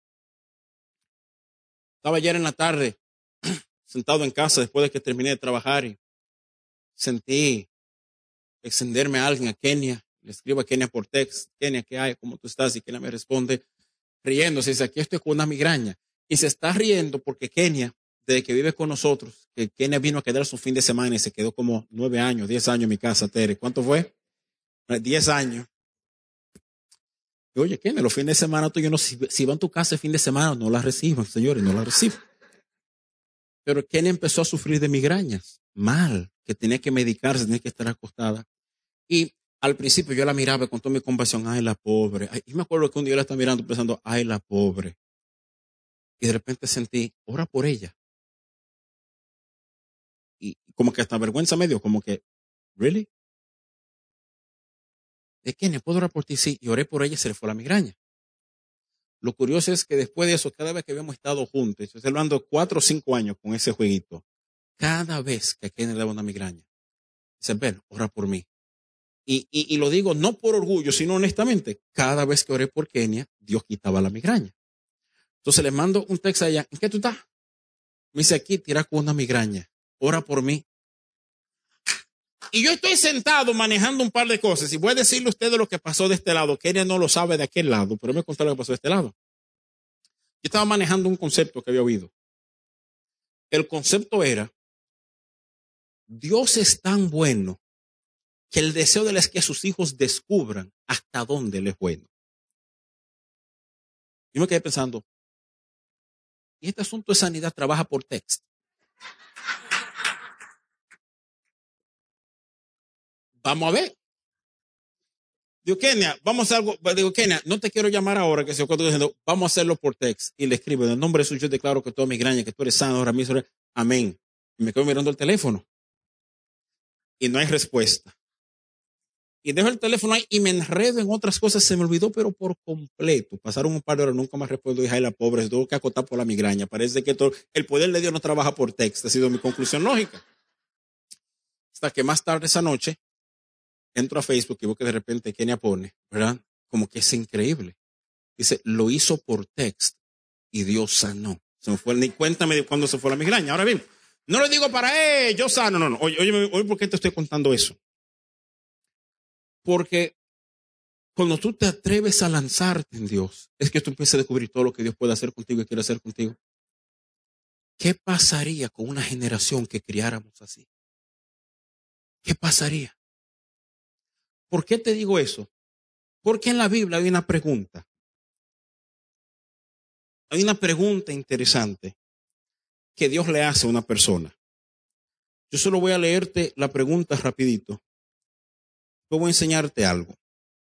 Estaba ayer en la tarde sentado en casa después de que terminé de trabajar y sentí extenderme a alguien, a Kenia. Le escribo a Kenia por text. Kenia, ¿qué hay? ¿Cómo tú estás? Y Kenia me responde riéndose. Dice, aquí estoy con una migraña. Y se está riendo porque Kenia, desde que vive con nosotros, que Kenia vino a quedar su fin de semana y se quedó como 9 años, 10 años en mi casa, Tere. ¿Cuánto fue? 10 años. Y, oye, Kenia, los fines de semana tú, yo no, si van a tu casa el fin de semana, no la reciban, señores, no la reciban. Pero Kenia empezó a sufrir de migrañas, mal, que tenía que medicarse, tenía que estar acostada. Y al principio yo la miraba con toda mi compasión, ay, la pobre. Ay, y me acuerdo que un día yo la estaba mirando pensando, ay, la pobre. Y de repente sentí, ora por ella. Y como que hasta vergüenza me dio, como que, ¿really? ¿De Kenia puedo orar por ti? Sí, y oré por ella y se le fue la migraña. Lo curioso es que después de eso, cada vez que habíamos estado juntos, estoy hablando 4 o 5 años con ese jueguito, cada vez que a Kenia le daba una migraña, dice, ven, ora por mí. Y lo digo no por orgullo, sino honestamente, cada vez que oré por Kenia, Dios quitaba la migraña. Entonces le mando un texto a ella, ¿en qué tú estás? Me dice, aquí tira con una migraña, ora por mí. Y yo estoy sentado manejando un par de cosas y voy a decirle a ustedes lo que pasó de este lado. Kenia no lo sabe de aquel lado, pero me contó lo que pasó de este lado. Yo estaba manejando un concepto que había oído. El concepto era, Dios es tan bueno que el deseo de él es que sus hijos descubran hasta dónde él es bueno. Yo me quedé pensando, y este asunto de sanidad trabaja por texto. Vamos a ver. Digo, Kenia, vamos a hacer algo. Digo, Kenia, no te quiero llamar ahora, que se estoy diciendo, vamos a hacerlo por text. Y le escribo, en el nombre de Jesús, yo declaro que toda migraña, que tú eres sano ahora mismo. Amén. Y me quedo mirando el teléfono. Y no hay respuesta. Y dejo el teléfono ahí y me enredo en otras cosas. Se me olvidó, pero por completo. Pasaron un par de horas, nunca más respondo. Dije, ay, la pobre, se tuvo que acotar por la migraña. Parece que todo, el poder de Dios no trabaja por text. Ha sido mi conclusión lógica. Hasta que más tarde esa noche, entro a Facebook y veo que de repente Kenia pone, ¿verdad? Como que es increíble. Dice, lo hizo por text y Dios sanó. Se me fue, ni cuéntame de cuándo se fue la migraña. Ahora bien, no le digo para, yo sano, no. Oye, ¿por qué te estoy contando eso? Porque cuando tú te atreves a lanzarte en Dios, es que tú empiezas a descubrir todo lo que Dios puede hacer contigo y quiere hacer contigo. ¿Qué pasaría con una generación que criáramos así? ¿Qué pasaría? ¿Por qué te digo eso? Porque en la Biblia hay una pregunta. Hay una pregunta interesante que Dios le hace a una persona. Yo solo voy a leerte la pregunta rapidito. Yo voy a enseñarte algo.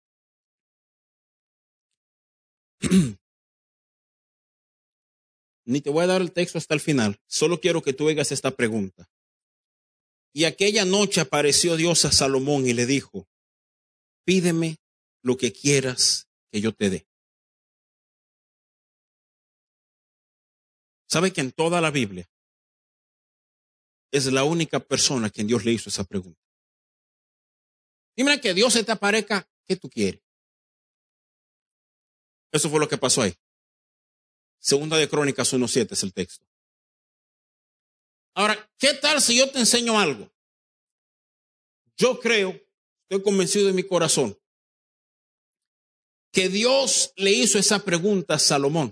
Ni te voy a dar el texto hasta el final. Solo quiero que tú oigas esta pregunta. Y aquella noche apareció Dios a Salomón y le dijo, pídeme lo que quieras que yo te dé. ¿Sabe que en toda la Biblia es la única persona a quien Dios le hizo esa pregunta? Dime que Dios se te aparezca, ¿qué tú quieres? Eso fue lo que pasó ahí. Segunda de Crónicas 1:7 es el texto. Ahora, ¿qué tal si yo te enseño algo? Yo creo, estoy convencido de mi corazón, que Dios le hizo esa pregunta a Salomón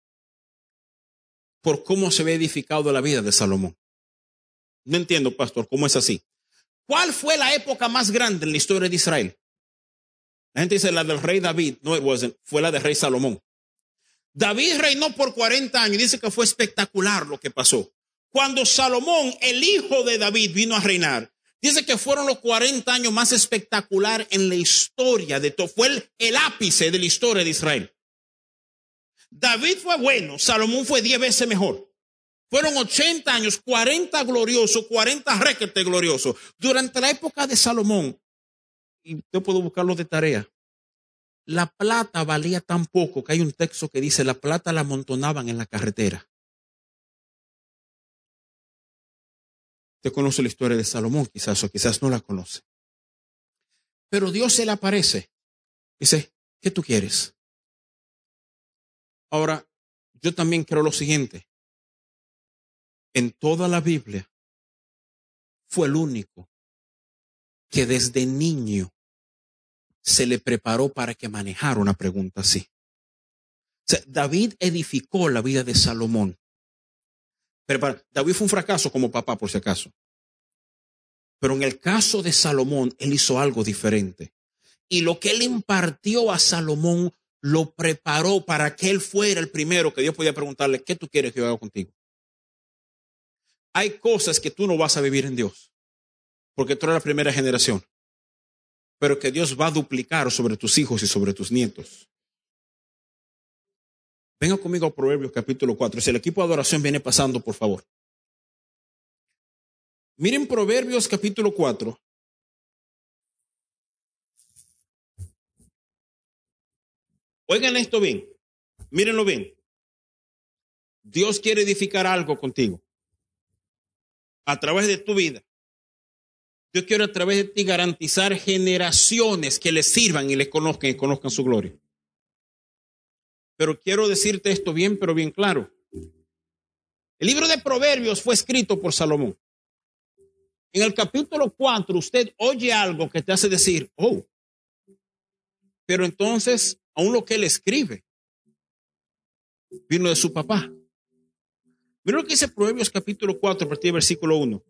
por cómo se había edificado la vida de Salomón. No entiendo, pastor, ¿cómo es así? ¿Cuál fue la época más grande en la historia de Israel? La gente dice la del rey David. No, fue la del rey Salomón. David reinó por 40 años. Dice que fue espectacular lo que pasó. Cuando Salomón, el hijo de David, vino a reinar, Dice que fueron los 40 años más espectacular en la historia de todo. Fue el ápice de la historia de Israel. David fue bueno, Salomón fue 10 veces mejor. Fueron 80 años, 40 gloriosos, 40 requete gloriosos. Durante la época de Salomón, y yo puedo buscarlo de tarea, la plata valía tan poco que hay un texto que dice la plata la amontonaban en la carretera. Usted conoce la historia de Salomón, quizás, o quizás no la conoce. Pero Dios se le aparece. Dice, ¿qué tú quieres? Ahora, yo también creo lo siguiente. En toda la Biblia, fue el único que desde niño se le preparó para que manejara una pregunta así. O sea, David edificó la vida de Salomón. Pero David fue un fracaso como papá, por si acaso. Pero en el caso de Salomón, él hizo algo diferente. Y lo que él impartió a Salomón, lo preparó para que él fuera el primero que Dios podía preguntarle, ¿qué tú quieres que yo haga contigo? Hay cosas que tú no vas a vivir en Dios, porque tú eres la primera generación, pero que Dios va a duplicar sobre tus hijos y sobre tus nietos. Venga conmigo a Proverbios capítulo 4. Si el equipo de adoración viene pasando, por favor. Miren Proverbios capítulo 4. Oigan esto bien. Mírenlo bien. Dios quiere edificar algo contigo. A través de tu vida. Dios quiere a través de ti garantizar generaciones que le sirvan y le conozcan y conozcan su gloria. Pero quiero decirte esto bien, pero bien claro. El libro de Proverbios fue escrito por Salomón. En el capítulo 4 usted oye algo que te hace decir, oh, pero entonces aún lo que él escribe vino de su papá. Mira lo que dice Proverbios capítulo 4 a partir del versículo 1.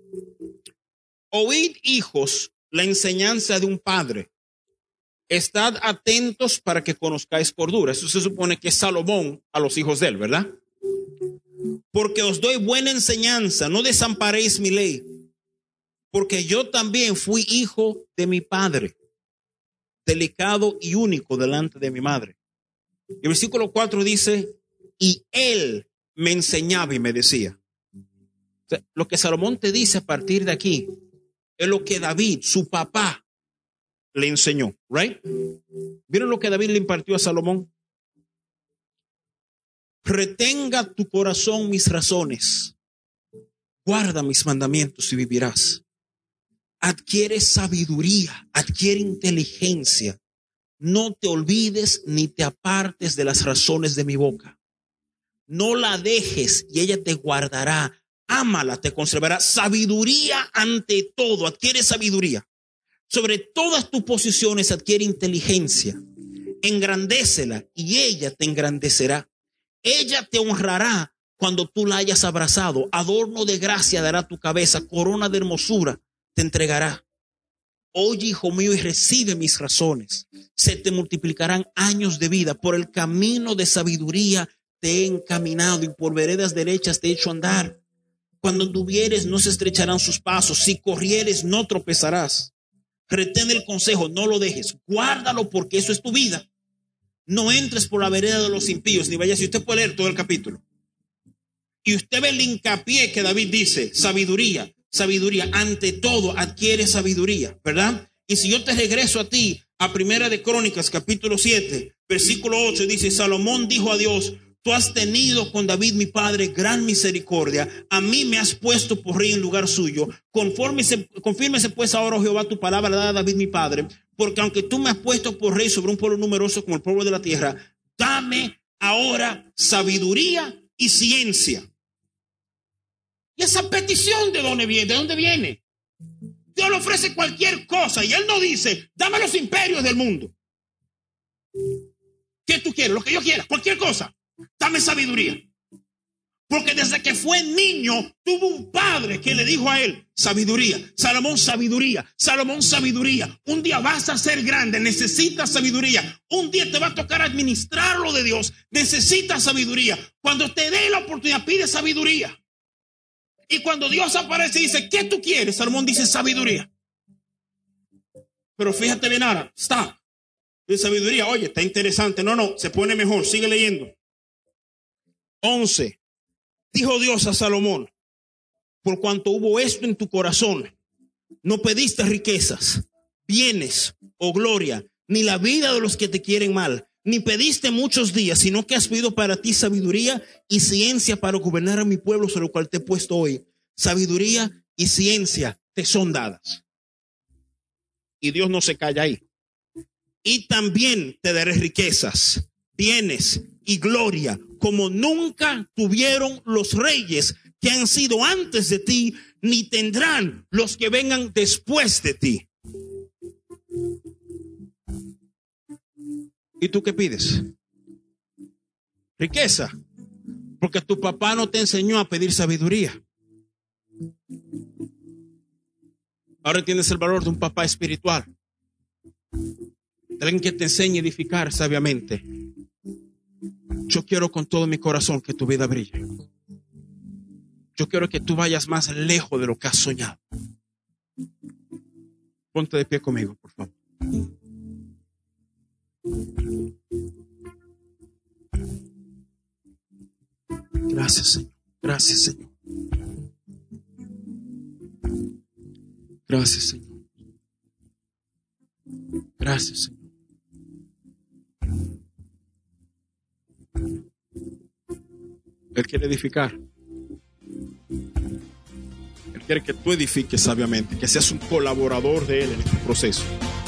Oíd, hijos, la enseñanza de un padre. Estad atentos para que conozcáis cordura. Eso se supone que es Salomón a los hijos de él, ¿verdad? Porque os doy buena enseñanza, no desamparéis mi ley. Porque yo también fui hijo de mi padre, delicado y único delante de mi madre. Y el versículo 4 dice, y él me enseñaba y me decía. O sea, lo que Salomón te dice a partir de aquí es lo que David, su papá, le enseñó, right? ¿Vieron lo que David le impartió a Salomón? Retenga tu corazón mis razones, guarda mis mandamientos y vivirás. Adquiere sabiduría, adquiere inteligencia. No te olvides ni te apartes de las razones de mi boca. No la dejes y ella te guardará. Ámala, te conservará. Sabiduría ante todo, adquiere sabiduría. Sobre todas tus posiciones adquiere inteligencia. Engrandécela y ella te engrandecerá. Ella te honrará cuando tú la hayas abrazado. Adorno de gracia dará tu cabeza, corona de hermosura te entregará. Oye, hijo mío, y recibe mis razones. Se te multiplicarán años de vida. Por el camino de sabiduría te he encaminado y por veredas derechas te he hecho andar. Cuando anduvieres no se estrecharán sus pasos. Si corrieres no tropezarás. Retén el consejo, no lo dejes. Guárdalo porque eso es tu vida. No entres por la vereda de los impíos, ni vayas. Si usted puede leer todo el capítulo. Y usted ve el hincapié que David dice, sabiduría. Sabiduría, ante todo adquiere sabiduría, ¿verdad? Y si yo te regreso a ti, a Primera de Crónicas, capítulo 7, versículo 8, dice, Salomón dijo a Dios, tú has tenido con David mi padre gran misericordia, a mí me has puesto por rey en lugar suyo, confírmese pues ahora, oh Jehová, tu palabra dada a David mi padre, porque aunque tú me has puesto por rey sobre un pueblo numeroso como el pueblo de la tierra, dame ahora sabiduría y ciencia. ¿Y esa petición de dónde viene? ¿De dónde viene? Dios le ofrece cualquier cosa y él no dice, dame los imperios del mundo. ¿Qué tú quieres? Lo que yo quiera, cualquier cosa. Dame sabiduría. Porque desde que fue niño tuvo un padre que le dijo a él, sabiduría. Salomón, sabiduría. Salomón, sabiduría. Un día vas a ser grande, necesitas sabiduría. Un día te va a tocar administrar lo de Dios, necesitas sabiduría. Cuando te dé la oportunidad, pide sabiduría. Y cuando Dios aparece y dice, ¿qué tú quieres? Salomón dice sabiduría. Pero fíjate bien ahora, está. De sabiduría, oye, está interesante. No, se pone mejor, sigue leyendo. 11. Dijo Dios a Salomón, por cuanto hubo esto en tu corazón, no pediste riquezas, bienes o gloria, ni la vida de los que te quieren mal, ni pediste muchos días, sino que has pedido para ti sabiduría y ciencia para gobernar a mi pueblo sobre el cual te he puesto hoy. Sabiduría y ciencia te son dadas. Y Dios no se calla ahí. Y también te daré riquezas, bienes y gloria, como nunca tuvieron los reyes que han sido antes de ti, ni tendrán los que vengan después de ti. ¿Y tú qué pides? Riqueza, porque tu papá no te enseñó a pedir sabiduría. Ahora entiendes el valor de un papá espiritual, de alguien que te enseñe a edificar sabiamente. Yo quiero con todo mi corazón que tu vida brille. Yo quiero que tú vayas más lejos de lo que has soñado. Ponte de pie conmigo, por favor. Gracias, Señor. Gracias, Señor. Gracias, Señor. Gracias, Señor. Él quiere edificar. Él quiere que tú edifiques sabiamente, que seas un colaborador de Él en este proceso.